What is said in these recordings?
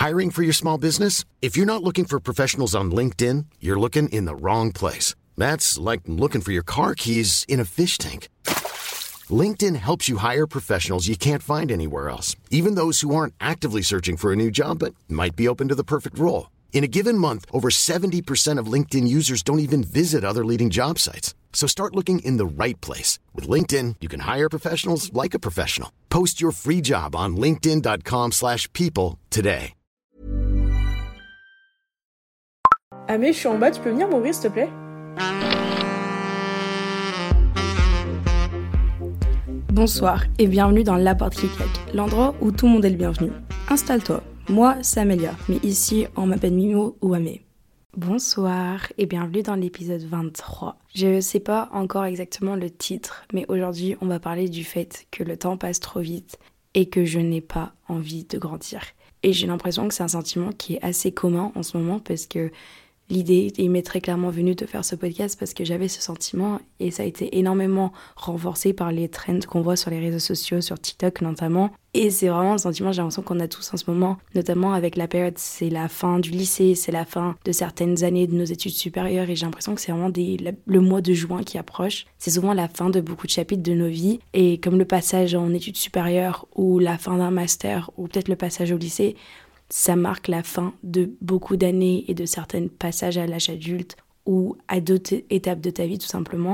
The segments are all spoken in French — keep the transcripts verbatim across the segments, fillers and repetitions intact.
Hiring for your small business? If you're not looking for professionals on LinkedIn, you're looking in the wrong place. That's like looking for your car keys in a fish tank. LinkedIn helps you hire professionals you can't find anywhere else, even those who aren't actively searching for a new job but might be open to the perfect role. In a given month, over seventy percent of LinkedIn users don't even visit other leading job sites. So start looking in the right place. With LinkedIn, you can hire professionals like a professional. Post your free job on linkedin.com slash people today. Amé, je suis en bas, tu peux venir m'ouvrir s'il te plaît? Bonsoir et bienvenue dans La Porte qui claque, l'endroit où tout le monde est le bienvenu. Installe-toi, moi c'est Amélia, mais ici on m'appelle Mimo ou Amé. Bonsoir et bienvenue dans l'épisode vingt-trois. Je sais pas encore exactement le titre, mais aujourd'hui on va parler du fait que le temps passe trop vite et que je n'ai pas envie de grandir. Et j'ai l'impression que c'est un sentiment qui est assez commun en ce moment parce que l'idée il m'est très clairement venue de faire ce podcast parce que j'avais ce sentiment et ça a été énormément renforcé par les trends qu'on voit sur les réseaux sociaux, sur TikTok notamment. Et c'est vraiment un sentiment, j'ai l'impression qu'on a tous en ce moment, notamment avec la période, c'est la fin du lycée, c'est la fin de certaines années de nos études supérieures et j'ai l'impression que c'est vraiment des, le mois de juin qui approche. C'est souvent la fin de beaucoup de chapitres de nos vies et comme le passage en études supérieures ou la fin d'un master ou peut-être le passage au lycée, ça marque la fin de beaucoup d'années et de certains passages à l'âge adulte ou à d'autres étapes de ta vie tout simplement.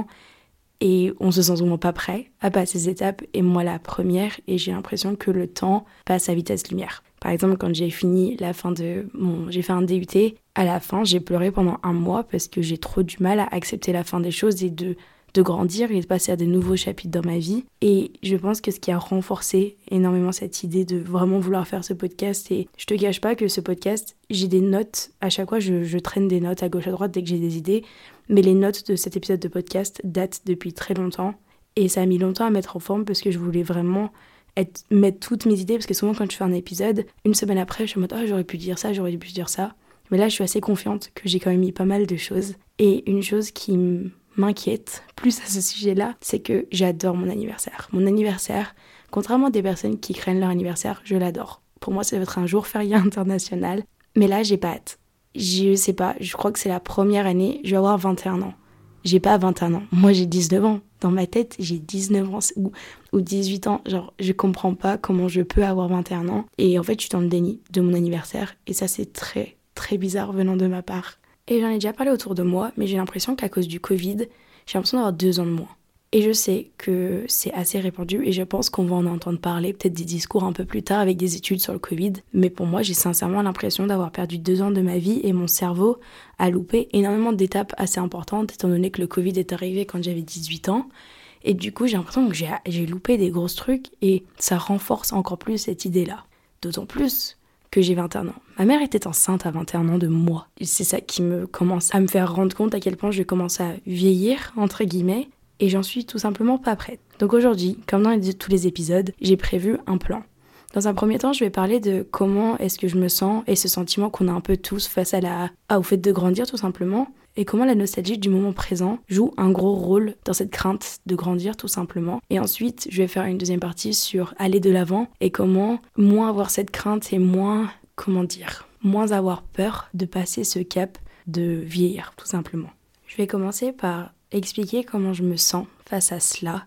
Et on se sent souvent pas prêt à passer ces étapes, et moi la première, et j'ai l'impression que le temps passe à vitesse lumière. Par exemple, quand j'ai fini la fin de mon... j'ai fait un D U T, à la fin, j'ai pleuré pendant un mois parce que j'ai trop du mal à accepter la fin des choses et de, de grandir et de passer à de nouveaux chapitres dans ma vie. Et je pense que ce qui a renforcé énormément cette idée de vraiment vouloir faire ce podcast, et je te cache pas que ce podcast, j'ai des notes, à chaque fois je, je traîne des notes à gauche à droite dès que j'ai des idées, mais les notes de cet épisode de podcast datent depuis très longtemps et ça a mis longtemps à mettre en forme parce que je voulais vraiment être, mettre toutes mes idées, parce que souvent quand je fais un épisode, une semaine après je suis en mode « oh j'aurais pu dire ça, j'aurais pu dire ça », mais là je suis assez confiante que j'ai quand même mis pas mal de choses. Et une chose qui m'inquiète plus à ce sujet-là, c'est que j'adore mon anniversaire. Mon anniversaire, contrairement à des personnes qui craignent leur anniversaire, je l'adore. Pour moi ça va être un jour férié international, mais là j'ai pas hâte. Je sais pas, je crois que c'est la première année, je vais avoir vingt et un ans. J'ai pas vingt et un ans, moi j'ai dix-neuf ans. Dans ma tête, j'ai dix-neuf ans ou, ou dix-huit ans. Genre, je comprends pas comment je peux avoir vingt et un ans. Et en fait, je suis dans le déni de mon anniversaire. Et ça, c'est très, très bizarre venant de ma part. Et j'en ai déjà parlé autour de moi, mais j'ai l'impression qu'à cause du Covid, j'ai l'impression d'avoir deux ans de moins. Et je sais que c'est assez répandu et je pense qu'on va en entendre parler, peut-être des discours un peu plus tard avec des études sur le Covid. Mais pour moi, j'ai sincèrement l'impression d'avoir perdu deux ans de ma vie et mon cerveau a loupé énormément d'étapes assez importantes étant donné que le Covid est arrivé quand j'avais dix-huit ans. Et du coup, j'ai l'impression que j'ai, j'ai loupé des gros trucs et ça renforce encore plus cette idée-là. D'autant plus que j'ai vingt et un ans. Ma mère était enceinte à vingt et un ans de moi. Et c'est ça qui me commence à me faire rendre compte à quel point je commence à vieillir, entre guillemets. Et j'en suis tout simplement pas prête. Donc aujourd'hui, comme dans les, tous les épisodes, j'ai prévu un plan. Dans un premier temps, je vais parler de comment est-ce que je me sens et ce sentiment qu'on a un peu tous face à la, à, au fait de grandir tout simplement, et comment la nostalgie du moment présent joue un gros rôle dans cette crainte de grandir tout simplement. Et ensuite, je vais faire une deuxième partie sur aller de l'avant et comment moins avoir cette crainte et moins, comment dire, moins avoir peur de passer ce cap de vieillir tout simplement. Je vais commencer par expliquer comment je me sens face à cela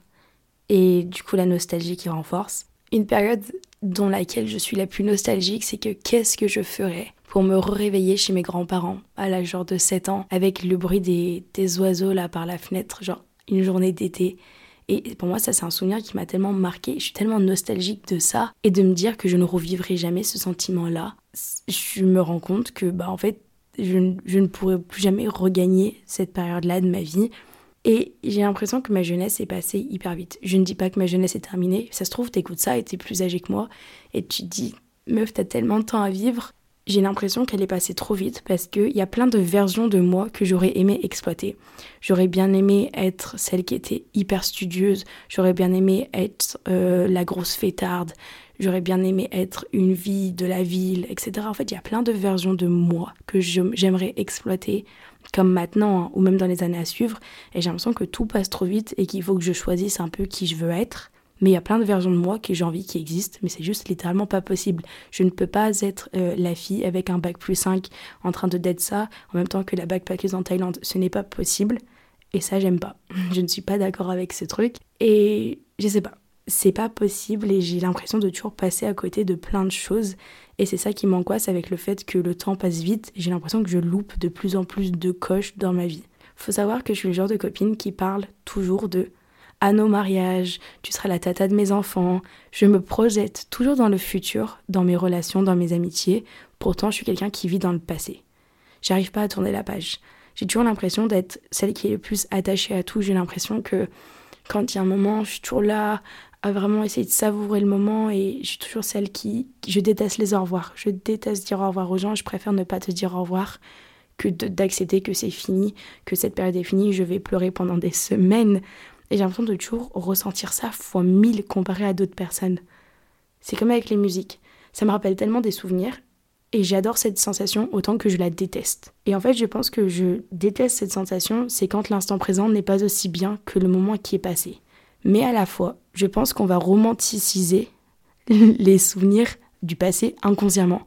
et du coup la nostalgie qui renforce. Une période dans laquelle je suis la plus nostalgique, c'est que qu'est-ce que je ferais pour me réveiller chez mes grands-parents à l'âge genre de sept ans avec le bruit des, des oiseaux là par la fenêtre, genre une journée d'été. Et pour moi ça c'est un souvenir qui m'a tellement marqué, je suis tellement nostalgique de ça et de me dire que je ne revivrai jamais ce sentiment-là. Je me rends compte que bah en fait je, je ne pourrai plus jamais regagner cette période-là de ma vie. Et j'ai l'impression que ma jeunesse est passée hyper vite. Je ne dis pas que ma jeunesse est terminée. Ça se trouve, t'écoutes ça et t'es plus âgée que moi. Et tu te dis, meuf, t'as tellement de temps à vivre. J'ai l'impression qu'elle est passée trop vite parce qu'il y a plein de versions de moi que j'aurais aimé exploiter. J'aurais bien aimé être celle qui était hyper studieuse. J'aurais bien aimé être euh, la grosse fêtarde. J'aurais bien aimé être une vie de la ville, et cetera. En fait, il y a plein de versions de moi que je, j'aimerais exploiter, comme maintenant, hein, ou même dans les années à suivre. Et j'ai l'impression que tout passe trop vite et qu'il faut que je choisisse un peu qui je veux être. Mais il y a plein de versions de moi que j'ai envie qui existent, mais c'est juste littéralement pas possible. Je ne peux pas être euh, la fille avec un bac plus cinq en train de date ça, en même temps que la backpackeuse en Thaïlande. Ce n'est pas possible, et ça j'aime pas. Je ne suis pas d'accord avec ce truc, et je sais pas. C'est pas possible, et j'ai l'impression de toujours passer à côté de plein de choses, et c'est ça qui m'angoisse avec le fait que le temps passe vite, et j'ai l'impression que je loupe de plus en plus de coches dans ma vie. Faut savoir que je suis le genre de copine qui parle toujours de à nos mariages, tu seras la tata de mes enfants. Je me projette toujours dans le futur, dans mes relations, dans mes amitiés. Pourtant, je suis quelqu'un qui vit dans le passé. J'arrive pas à tourner la page. J'ai toujours l'impression d'être celle qui est le plus attachée à tout. J'ai l'impression que quand il y a un moment, je suis toujours là à vraiment essayer de savourer le moment, et je suis toujours celle qui... Je déteste les au revoir. Je déteste dire au revoir aux gens. Je préfère ne pas te dire au revoir que de, d'accepter que c'est fini, que cette période est finie. Je vais pleurer pendant des semaines. Et j'ai l'impression de toujours ressentir ça fois mille comparé à d'autres personnes. C'est comme avec les musiques. Ça me rappelle tellement des souvenirs, et j'adore cette sensation autant que je la déteste. Et en fait, je pense que je déteste cette sensation, c'est quand l'instant présent n'est pas aussi bien que le moment qui est passé. Mais à la fois, je pense qu'on va romanticiser les souvenirs du passé inconsciemment.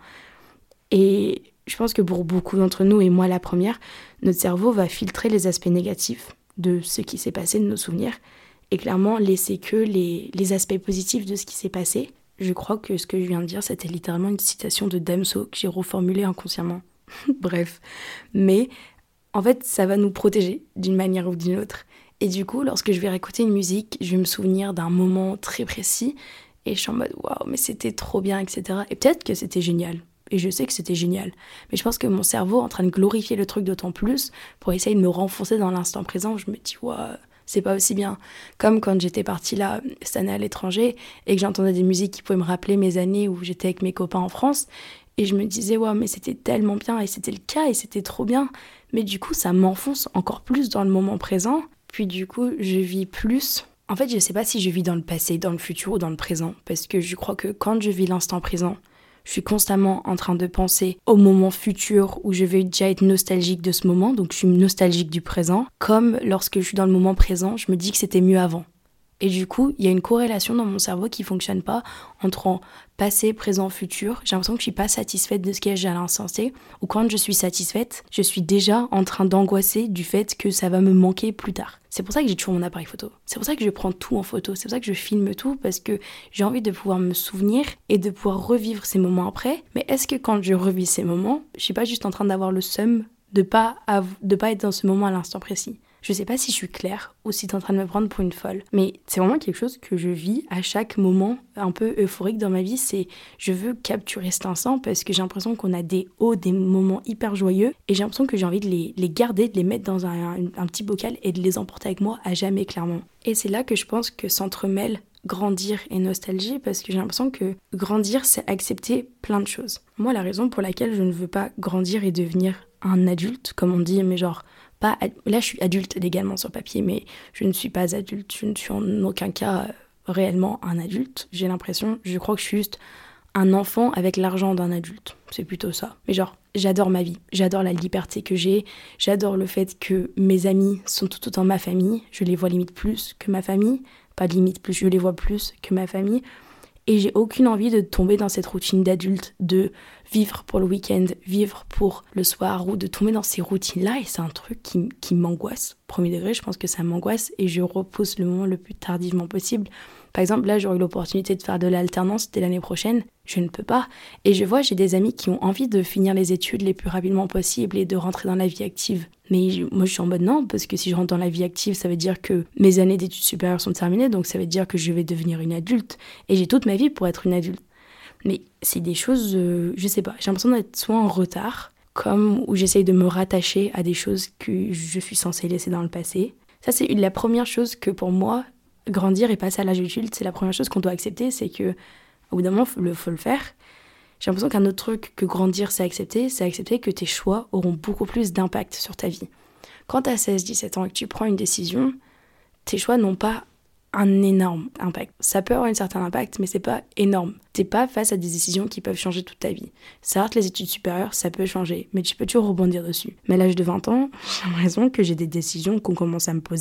Et je pense que pour beaucoup d'entre nous, et moi la première, notre cerveau va filtrer les aspects négatifs de ce qui s'est passé, de nos souvenirs, et clairement laisser que les, les aspects positifs de ce qui s'est passé. Je crois que ce que je viens de dire, c'était littéralement une citation de Damso que j'ai reformulée inconsciemment. Bref. Mais en fait, ça va nous protéger d'une manière ou d'une autre. Et du coup, lorsque je vais réécouter une musique, je vais me souvenir d'un moment très précis, et je suis en mode « waouh, mais c'était trop bien, et cetera » Et peut-être que c'était génial. Et je sais que c'était génial. Mais je pense que mon cerveau est en train de glorifier le truc d'autant plus pour essayer de me renfoncer dans l'instant présent. Je me dis, ouais, c'est pas aussi bien. Comme quand j'étais partie là, cette année à l'étranger, et que j'entendais des musiques qui pouvaient me rappeler mes années où j'étais avec mes copains en France. Et je me disais, ouais, mais c'était tellement bien, et c'était le cas, et c'était trop bien. Mais du coup, ça m'enfonce encore plus dans le moment présent. Puis du coup, je vis plus. En fait, je sais pas si je vis dans le passé, dans le futur ou dans le présent. Parce que je crois que quand je vis l'instant présent, je suis constamment en train de penser au moment futur où je vais déjà être nostalgique de ce moment, donc je suis nostalgique du présent. Comme lorsque je suis dans le moment présent, je me dis que c'était mieux avant. Et du coup, il y a une corrélation dans mon cerveau qui fonctionne pas entre en passé, présent, futur. J'ai l'impression que je suis pas satisfaite de ce qu'il y a à l'instant T, ou quand je suis satisfaite, je suis déjà en train d'angoisser du fait que ça va me manquer plus tard. C'est pour ça que j'ai toujours mon appareil photo. C'est pour ça que je prends tout en photo. C'est pour ça que je filme tout, parce que j'ai envie de pouvoir me souvenir et de pouvoir revivre ces moments après. Mais est-ce que quand je revis ces moments, je suis pas juste en train d'avoir le seum de pas, av- de pas être dans ce moment à l'instant précis? Je sais pas si je suis claire ou si t'es en train de me prendre pour une folle, mais c'est vraiment quelque chose que je vis à chaque moment un peu euphorique dans ma vie. C'est je veux capturer cet instant parce que j'ai l'impression qu'on a des hauts, des moments hyper joyeux, et j'ai l'impression que j'ai envie de les, les garder, de les mettre dans un, un, un petit bocal et de les emporter avec moi à jamais, clairement. Et c'est là que je pense que s'entremêlent grandir et nostalgie, parce que j'ai l'impression que grandir, c'est accepter plein de choses. Moi, la raison pour laquelle je ne veux pas grandir et devenir un adulte, comme on dit, mais genre pas ad... là je suis adulte légalement sur papier, mais je ne suis pas adulte, je ne suis en aucun cas réellement un adulte. J'ai l'impression, je crois que je suis juste un enfant avec l'argent d'un adulte, c'est plutôt ça. Mais genre, j'adore ma vie, j'adore la liberté que j'ai, j'adore le fait que mes amis sont tout autant ma famille, je les vois limite plus que ma famille, pas limite plus, je les vois plus que ma famille. Et j'ai aucune envie de tomber dans cette routine d'adulte, de vivre pour le week-end, vivre pour le soir, ou de tomber dans ces routines-là. Et c'est un truc qui, qui m'angoisse. Premier degré, je pense que ça m'angoisse, et je repousse le moment le plus tardivement possible. Par exemple, là, j'aurai l'opportunité de faire de l'alternance dès l'année prochaine. Je ne peux pas. Et je vois, j'ai des amis qui ont envie de finir les études les plus rapidement possible et de rentrer dans la vie active. Mais je, moi, je suis en mode non, parce que si je rentre dans la vie active, ça veut dire que mes années d'études supérieures sont terminées, donc ça veut dire que je vais devenir une adulte. Et j'ai toute ma vie pour être une adulte. Mais c'est des choses, euh, je sais pas, j'ai l'impression d'être soit en retard, comme où j'essaye de me rattacher à des choses que je suis censée laisser dans le passé. Ça, c'est la première chose que pour moi, grandir et passer à l'âge adulte, c'est la première chose qu'on doit accepter, c'est que au bout d'un moment, il faut, faut le faire. J'ai l'impression qu'un autre truc que grandir, c'est accepter, c'est accepter que tes choix auront beaucoup plus d'impact sur ta vie. Quand tu as seize dix-sept ans et que tu prends une décision, tes choix n'ont pas un énorme impact. Ça peut avoir un certain impact, mais c'est pas énorme. T'es pas face à des décisions qui peuvent changer toute ta vie. Certes, les études supérieures, ça peut changer, mais tu peux toujours rebondir dessus. Mais à l'âge de vingt ans, j'ai l'impression que j'ai des décisions qu'on commence à me poser.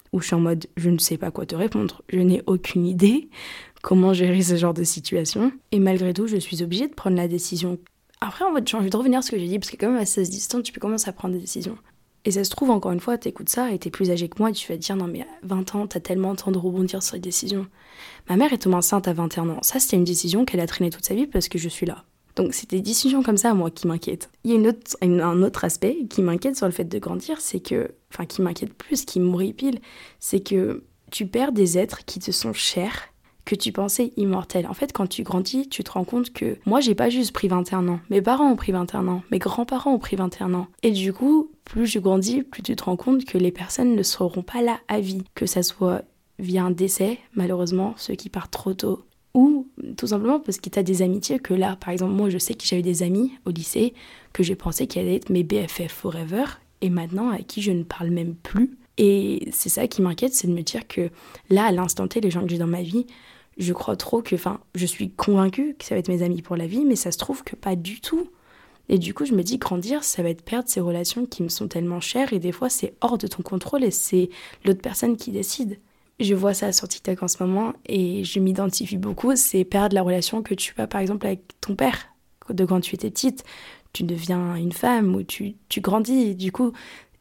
où je suis en mode je ne sais pas quoi te répondre, je n'ai aucune idée comment gérer ce genre de situation. Et malgré tout, je suis obligée de prendre la décision. Après, en fait, j'ai envie de revenir à ce que j'ai dit, parce que quand même à seize dix ans, tu peux commencer à prendre des décisions. Et ça se trouve, encore une fois, t'écoutes ça et t'es plus âgé que moi et tu vas te dire non mais à vingt ans, t'as tellement de temps de rebondir sur les décisions. Ma mère est tombée enceinte à vingt et un ans. Ça, c'était une décision qu'elle a traînée toute sa vie parce que je suis là. Donc c'est des décisions comme ça, moi, qui m'inquiètent. Il y a une autre, une, un autre aspect qui m'inquiète sur le fait de grandir, c'est que... Enfin, qui m'inquiète plus, qui m'horripile, c'est que tu perds des êtres qui te sont chers, que tu pensais immortels. En fait, quand tu grandis, tu te rends compte que moi, j'ai pas juste pris vingt et un ans. Mes parents ont pris vingt et un ans. Mes grands-parents ont pris vingt et un ans. Et du coup, plus je grandis, plus tu te rends compte que les personnes ne seront pas là à vie. Que ça soit via un décès, malheureusement, ceux qui partent trop tôt. Ou tout simplement parce que tu as des amitiés que là, par exemple, moi, je sais que j'avais des amis au lycée que j'ai pensé qu'ils allaient être mes B F F forever. Et maintenant, à qui je ne parle même plus. Et c'est ça qui m'inquiète, c'est de me dire que là, à l'instant T, les gens que j'ai dans ma vie, je crois trop que, enfin, je suis convaincue que ça va être mes amis pour la vie, mais ça se trouve que pas du tout. Et du coup, je me dis, grandir, ça va être perdre ces relations qui me sont tellement chères, et des fois, c'est hors de ton contrôle, et c'est l'autre personne qui décide. Je vois ça sur TikTok en ce moment, et je m'identifie beaucoup, c'est perdre la relation que tu as, par exemple, avec ton père, de quand tu étais petite. Tu deviens une femme, ou tu, tu grandis, et du coup...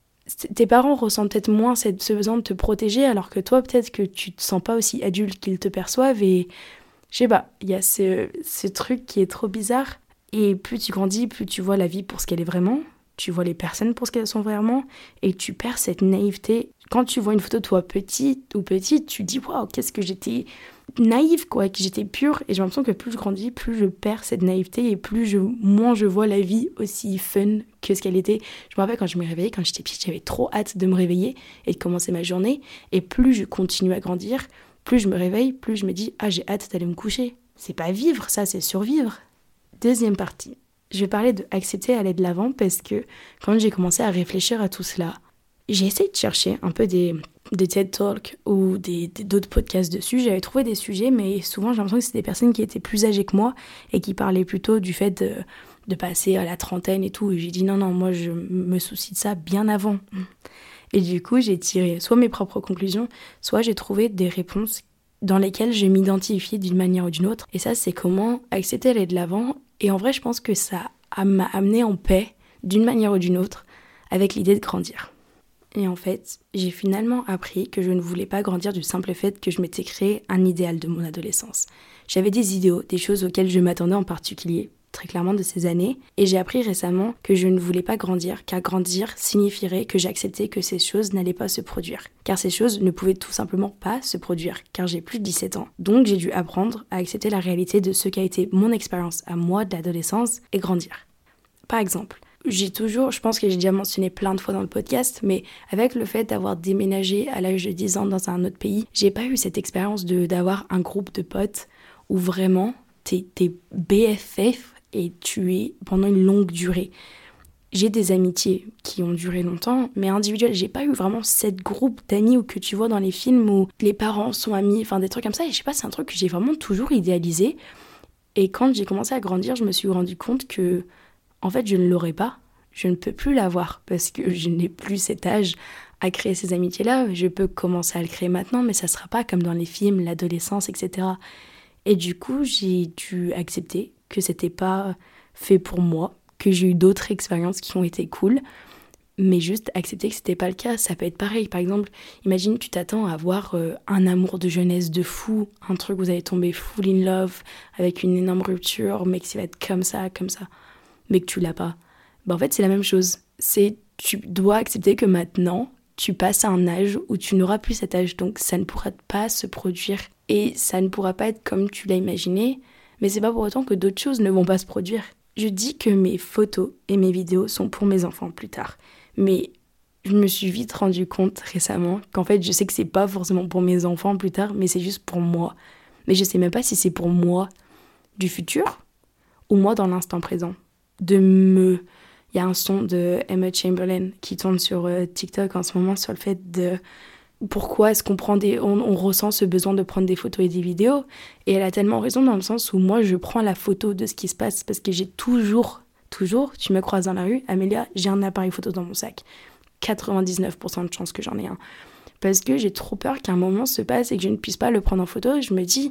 Tes parents ressentent peut-être moins cette, ce besoin de te protéger, alors que toi, peut-être que tu te sens pas aussi adulte qu'ils te perçoivent. Et je sais pas, il y a ce, ce truc qui est trop bizarre. Et plus tu grandis, plus tu vois la vie pour ce qu'elle est vraiment. Tu vois les personnes pour ce qu'elles sont vraiment. Et tu perds cette naïveté. Quand tu vois une photo de toi petite ou petite, tu te dis « Waouh, qu'est-ce que j'étais naïve, quoi, que j'étais pure ». Et j'ai l'impression que plus je grandis, plus je perds cette naïveté et plus je, moins je vois la vie aussi fun que ce qu'elle était. Je me rappelle quand je me réveillais, quand j'étais petite, j'avais trop hâte de me réveiller et de commencer ma journée. Et plus je continue à grandir, plus je me réveille, plus je me dis « Ah, j'ai hâte d'aller me coucher ». C'est pas vivre, ça, c'est survivre. Deuxième partie. Je vais parler de accepter aller de l'avant parce que quand j'ai commencé à réfléchir à tout cela, j'ai essayé de chercher un peu des, des TED Talks ou des, des, d'autres podcasts dessus. J'avais trouvé des sujets, mais souvent j'ai l'impression que c'était des personnes qui étaient plus âgées que moi et qui parlaient plutôt du fait de, de passer à la trentaine et tout. Et j'ai dit non, non, moi je me soucie de ça bien avant. Et du coup, j'ai tiré soit mes propres conclusions, soit j'ai trouvé des réponses dans lesquelles je m'identifiais d'une manière ou d'une autre. Et ça, c'est comment accepter aller de l'avant. Et en vrai, je pense que ça m'a amené en paix, d'une manière ou d'une autre, avec l'idée de grandir. Et en fait, j'ai finalement appris que je ne voulais pas grandir du simple fait que je m'étais créé un idéal de mon adolescence. J'avais des idéaux, des choses auxquelles je m'attendais en particulier, très clairement de ces années, et j'ai appris récemment que je ne voulais pas grandir, car grandir signifierait que j'acceptais que ces choses n'allaient pas se produire. Car ces choses ne pouvaient tout simplement pas se produire, car j'ai plus de dix-sept ans. Donc j'ai dû apprendre à accepter la réalité de ce qu'a été mon expérience à moi de l'adolescence et grandir. Par exemple, j'ai toujours, je pense que j'ai déjà mentionné plein de fois dans le podcast, mais avec le fait d'avoir déménagé à l'âge de dix ans dans un autre pays, j'ai pas eu cette expérience de, d'avoir un groupe de potes où vraiment t'es, t'es B F F et tu es pendant une longue durée. J'ai des amitiés qui ont duré longtemps, mais individuelles. J'ai pas eu vraiment cette groupe d'amis où que tu vois dans les films où les parents sont amis, enfin des trucs comme ça. Et je sais pas, c'est un truc que j'ai vraiment toujours idéalisé. Et quand j'ai commencé à grandir, je me suis rendu compte que en fait, je ne l'aurai pas, je ne peux plus l'avoir parce que je n'ai plus cet âge à créer ces amitiés-là. Je peux commencer à le créer maintenant, mais ça ne sera pas comme dans les films, l'adolescence, et cetera. Et du coup, j'ai dû accepter que c'était pas fait pour moi, que j'ai eu d'autres expériences qui ont été cool, mais juste accepter que c'était pas le cas. Ça peut être pareil. Par exemple, imagine tu t'attends à avoir euh, un amour de jeunesse de fou, un truc où vous allez tomber full in love, avec une énorme rupture, mais que ça va être comme ça, comme ça. Mais que tu l'as pas. Ben en fait, c'est la même chose. C'est, tu dois accepter que maintenant, tu passes à un âge où tu n'auras plus cet âge. Donc, ça ne pourra pas se produire. Et ça ne pourra pas être comme tu l'as imaginé. Mais c'est pas pour autant que d'autres choses ne vont pas se produire. Je dis que mes photos et mes vidéos sont pour mes enfants plus tard. Mais je me suis vite rendu compte récemment qu'en fait, je sais que c'est pas forcément pour mes enfants plus tard, mais c'est juste pour moi. Mais je sais même pas si c'est pour moi du futur ou moi dans l'instant présent. De me... Il y a un son de Emma Chamberlain qui tourne sur euh, TikTok en ce moment sur le fait de pourquoi est-ce qu'on prend des... on, on ressent ce besoin de prendre des photos et des vidéos. Et elle a tellement raison dans le sens où moi, je prends la photo de ce qui se passe parce que j'ai toujours, toujours, tu me croises dans la rue, Amélia, j'ai un appareil photo dans mon sac. quatre-vingt-dix-neuf pour cent de chance que j'en ai un. parce que j'ai trop peur qu'un moment se passe et que je ne puisse pas le prendre en photo. Et je me dis,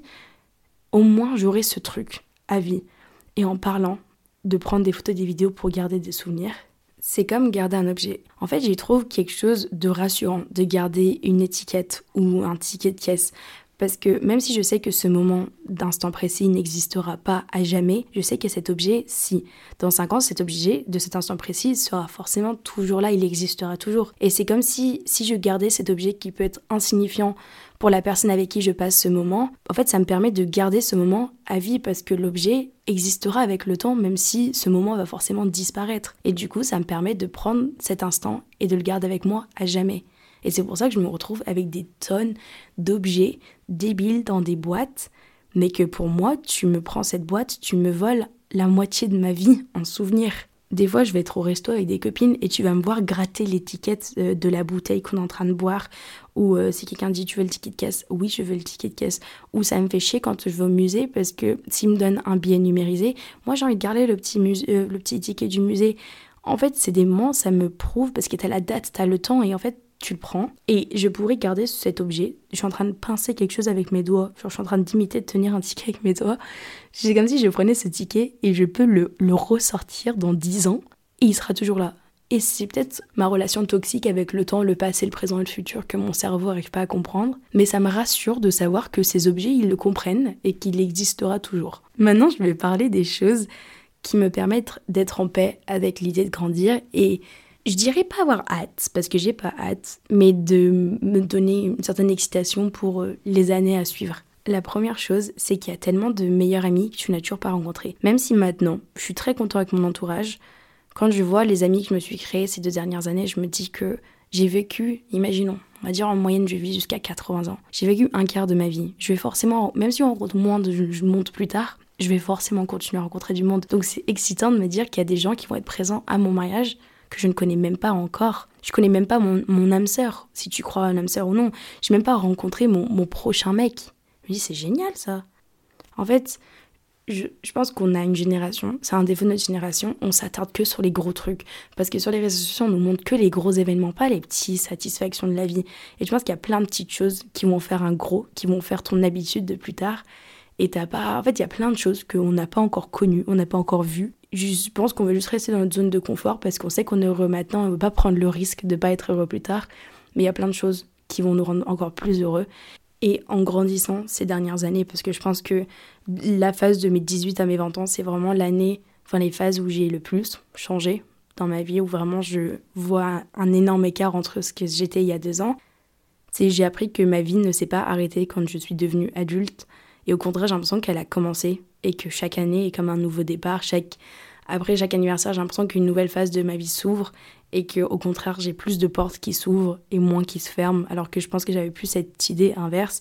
au moins j'aurai ce truc à vie. Et en parlant de prendre des photos, des vidéos pour garder des souvenirs, c'est comme garder un objet. En fait, j'y trouve quelque chose de rassurant de garder une étiquette ou un ticket de caisse. Parce que même si je sais que ce moment d'instant précis n'existera pas à jamais, je sais que cet objet, si dans cinq ans, cet objet de cet instant précis sera forcément toujours là, il existera toujours. Et c'est comme si, si je gardais cet objet qui peut être insignifiant pour la personne avec qui je passe ce moment, en fait, ça me permet de garder ce moment à vie parce que l'objet existera avec le temps, même si ce moment va forcément disparaître. Et du coup, ça me permet de prendre cet instant et de le garder avec moi à jamais. Et c'est pour ça que je me retrouve avec des tonnes d'objets débiles dans des boîtes, mais que pour moi, tu me prends cette boîte, tu me voles la moitié de ma vie en souvenir. Des fois, je vais être au resto avec des copines et tu vas me voir gratter l'étiquette de la bouteille qu'on est en train de boire. Ou euh, si quelqu'un dit « tu veux le ticket de caisse ?» Oui, je veux le ticket de caisse. Ou ça me fait chier quand je vais au musée parce que s'ils me donnent un billet numérisé, moi j'ai envie de garder le petit, musée, euh, le petit ticket du musée. En fait, c'est des moments, ça me prouve parce que t'as la date, t'as le temps et en fait, tu le prends. Et je pourrais garder cet objet. Je suis en train de pincer quelque chose avec mes doigts. Genre, je suis en train d'imiter de tenir un ticket avec mes doigts. C'est comme si je prenais ce ticket et je peux le, le ressortir dans dix ans et il sera toujours là. Et c'est peut-être ma relation toxique avec le temps, le passé, le présent et le futur que mon cerveau n'arrive pas à comprendre. Mais ça me rassure de savoir que ces objets, ils le comprennent et qu'il existera toujours. Maintenant, je vais parler des choses qui me permettent d'être en paix avec l'idée de grandir et je dirais pas avoir hâte, parce que j'ai pas hâte, mais de me donner une certaine excitation pour les années à suivre. La première chose, c'est qu'il y a tellement de meilleurs amis que tu n'as toujours pas rencontrés. Même si maintenant, je suis très content avec mon entourage, quand je vois les amis que je me suis créés ces deux dernières années, je me dis que j'ai vécu, imaginons, on va dire en moyenne je vis jusqu'à quatre-vingts ans. J'ai vécu un quart de ma vie. Je vais forcément, même si on rencontre moins de je monte plus tard, je vais forcément continuer à rencontrer du monde. Donc c'est excitant de me dire qu'il y a des gens qui vont être présents à mon mariage, que je ne connais même pas encore. Je connais même pas mon, mon âme sœur, si tu crois à un âme sœur ou non. Je n'ai même pas rencontré mon, mon prochain mec. Je me dis, c'est génial ça. En fait, je, je pense qu'on a une génération, c'est un défaut de notre génération, on s'attarde que sur les gros trucs. Parce que sur les réseaux sociaux, on nous montre que les gros événements, pas les petites satisfactions de la vie. Et je pense qu'il y a plein de petites choses qui vont faire un gros, qui vont faire ton habitude de plus tard. Et t'as pas... En fait, il y a plein de choses qu'on n'a pas encore connues, on n'a pas encore vues. Je pense qu'on veut juste rester dans notre zone de confort parce qu'on sait qu'on est heureux maintenant, on ne veut pas prendre le risque de ne pas être heureux plus tard. Mais il y a plein de choses qui vont nous rendre encore plus heureux. Et en grandissant ces dernières années, parce que je pense que la phase de mes dix-huit à mes vingt ans, c'est vraiment l'année, enfin les phases où j'ai le plus changé dans ma vie, où vraiment je vois un énorme écart entre ce que j'étais il y a deux ans. C'est j'ai appris que ma vie ne s'est pas arrêtée quand je suis devenue adulte. Et au contraire, j'ai l'impression qu'elle a commencé et que chaque année est comme un nouveau départ. Chaque... Après chaque anniversaire, j'ai l'impression qu'une nouvelle phase de ma vie s'ouvre et qu'au contraire, j'ai plus de portes qui s'ouvrent et moins qui se ferment, alors que je pense que j'avais plus cette idée inverse.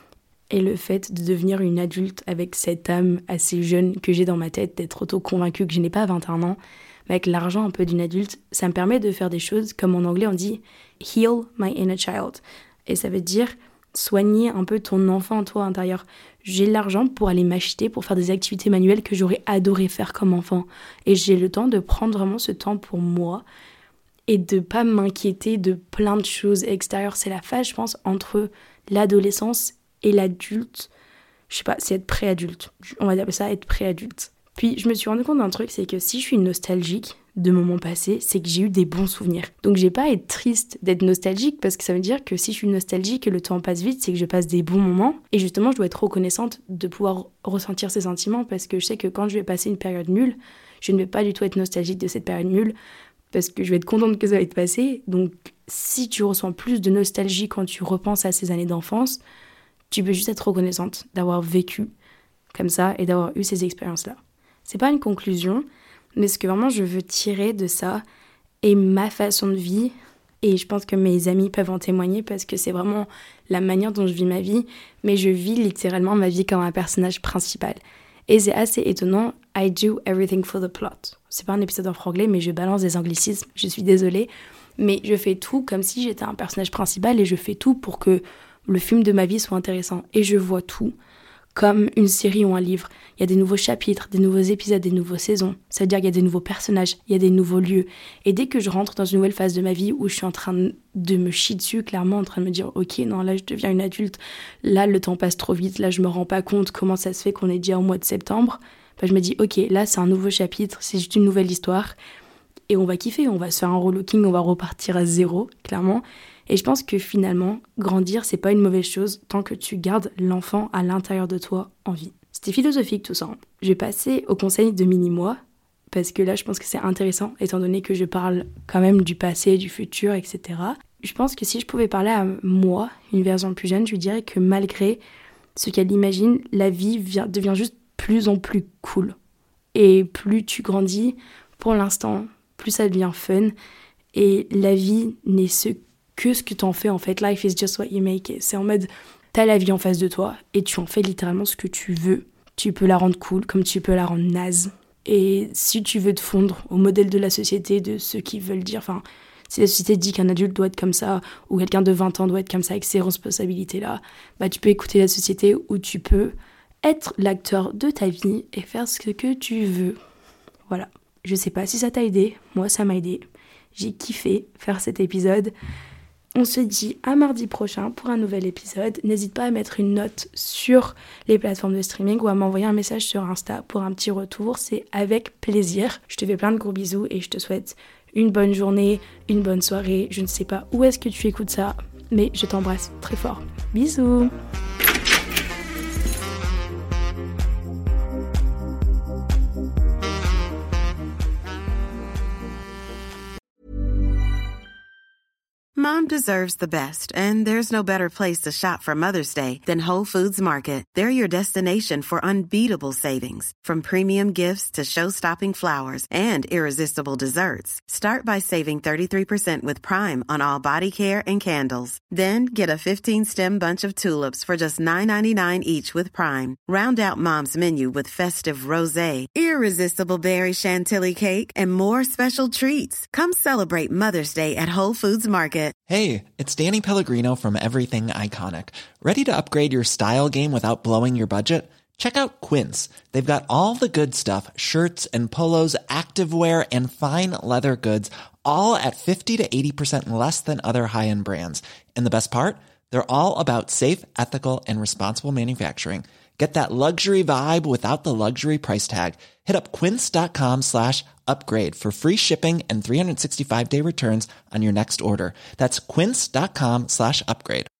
Et le fait de devenir une adulte avec cette âme assez jeune que j'ai dans ma tête, d'être auto-convaincue que je n'ai pas vingt et un ans, mais avec l'argent un peu d'une adulte, ça me permet de faire des choses, comme en anglais on dit « heal my inner child ». Et ça veut dire soigner un peu ton enfant, toi, intérieur. J'ai l'argent pour aller m'acheter, pour faire des activités manuelles que j'aurais adoré faire comme enfant. Et j'ai le temps de prendre vraiment ce temps pour moi et de pas m'inquiéter de plein de choses extérieures. C'est la phase, je pense, entre l'adolescence et l'adulte. Je sais pas, c'est être pré-adulte. On va dire ça, être pré-adulte. Puis je me suis rendu compte d'un truc, c'est que si je suis nostalgique de moments passés, c'est que j'ai eu des bons souvenirs. Donc j'ai pas à être triste d'être nostalgique, parce que ça veut dire que si je suis nostalgique et le temps passe vite, c'est que je passe des bons moments. Et justement, je dois être reconnaissante de pouvoir ressentir ces sentiments, parce que je sais que quand je vais passer une période nulle, je ne vais pas du tout être nostalgique de cette période nulle, parce que je vais être contente que ça va être passé. Donc si tu ressens plus de nostalgie quand tu repenses à ces années d'enfance, tu peux juste être reconnaissante d'avoir vécu comme ça et d'avoir eu ces expériences-là. C'est pas une conclusion, mais ce que vraiment je veux tirer de ça est ma façon de vie, et je pense que mes amis peuvent en témoigner parce que c'est vraiment la manière dont je vis ma vie, mais je vis littéralement ma vie comme un personnage principal. Et c'est assez étonnant, I do everything for the plot. C'est pas un épisode en franglais, mais je balance des anglicismes, je suis désolée, mais je fais tout comme si j'étais un personnage principal et je fais tout pour que le film de ma vie soit intéressant. Et je vois tout comme une série ou un livre. Il y a des nouveaux chapitres, des nouveaux épisodes, des nouvelles saisons. Ça veut dire qu'il y a des nouveaux personnages, il y a des nouveaux lieux. Et dès que je rentre dans une nouvelle phase de ma vie où je suis en train de me chier dessus, clairement en train de me dire « Ok, non, là je deviens une adulte, là le temps passe trop vite, là je me rends pas compte comment ça se fait qu'on est déjà au mois de septembre. » Ben, je me dis « Ok, là c'est un nouveau chapitre, c'est juste une nouvelle histoire. » Et on va kiffer, on va se faire un relooking, on va repartir à zéro, clairement. Et je pense que finalement, grandir, c'est pas une mauvaise chose tant que tu gardes l'enfant à l'intérieur de toi en vie. C'était philosophique tout ça. Je vais passer au conseil de mini-moi, parce que là, je pense que c'est intéressant, étant donné que je parle quand même du passé, du futur, et cetera. Je pense que si je pouvais parler à moi, une version plus jeune, je lui dirais que malgré ce qu'elle imagine, la vie vient, devient juste plus en plus cool. Et plus tu grandis, pour l'instant, plus ça devient fun. Et la vie n'est ce que ce que t'en fais en fait. Life is just what you make it. C'est en mode, t'as la vie en face de toi et tu en fais littéralement ce que tu veux. Tu peux la rendre cool comme tu peux la rendre naze. Et si tu veux te fondre au modèle de la société, de ceux qui veulent dire, enfin, si la société dit qu'un adulte doit être comme ça, ou quelqu'un de vingt ans doit être comme ça avec ces responsabilités-là, bah tu peux écouter la société ou tu peux être l'acteur de ta vie et faire ce que tu veux. Voilà. Je sais pas si ça t'a aidé, moi ça m'a aidé. J'ai kiffé faire cet épisode. On se dit à mardi prochain pour un nouvel épisode. N'hésite pas à mettre une note sur les plateformes de streaming ou à m'envoyer un message sur Insta pour un petit retour. C'est avec plaisir. Je te fais plein de gros bisous et je te souhaite une bonne journée, une bonne soirée. Je ne sais pas où est-ce que tu écoutes ça, mais je t'embrasse très fort. Bisous! Mom deserves the best, and there's no better place to shop for Mother's Day than Whole Foods Market. They're your destination for unbeatable savings, from premium gifts to show-stopping flowers and irresistible desserts. Start by saving thirty-three percent with Prime on all body care and candles. Then get a fifteen-stem bunch of tulips for just nine ninety-nine each with Prime. Round out Mom's menu with festive rosé, irresistible berry chantilly cake, and more special treats. Come celebrate Mother's Day at Whole Foods Market. Hey, it's Danny Pellegrino from Everything Iconic. Ready to upgrade your style game without blowing your budget? Check out Quince. They've got all the good stuff, shirts and polos, activewear, and fine leather goods, all at fifty to eighty percent less than other high-end brands. And the best part? They're all about safe, ethical, and responsible manufacturing. Get that luxury vibe without the luxury price tag. Hit up quince.com slash upgrade for free shipping and three sixty-five day returns on your next order. That's quince.com slash upgrade.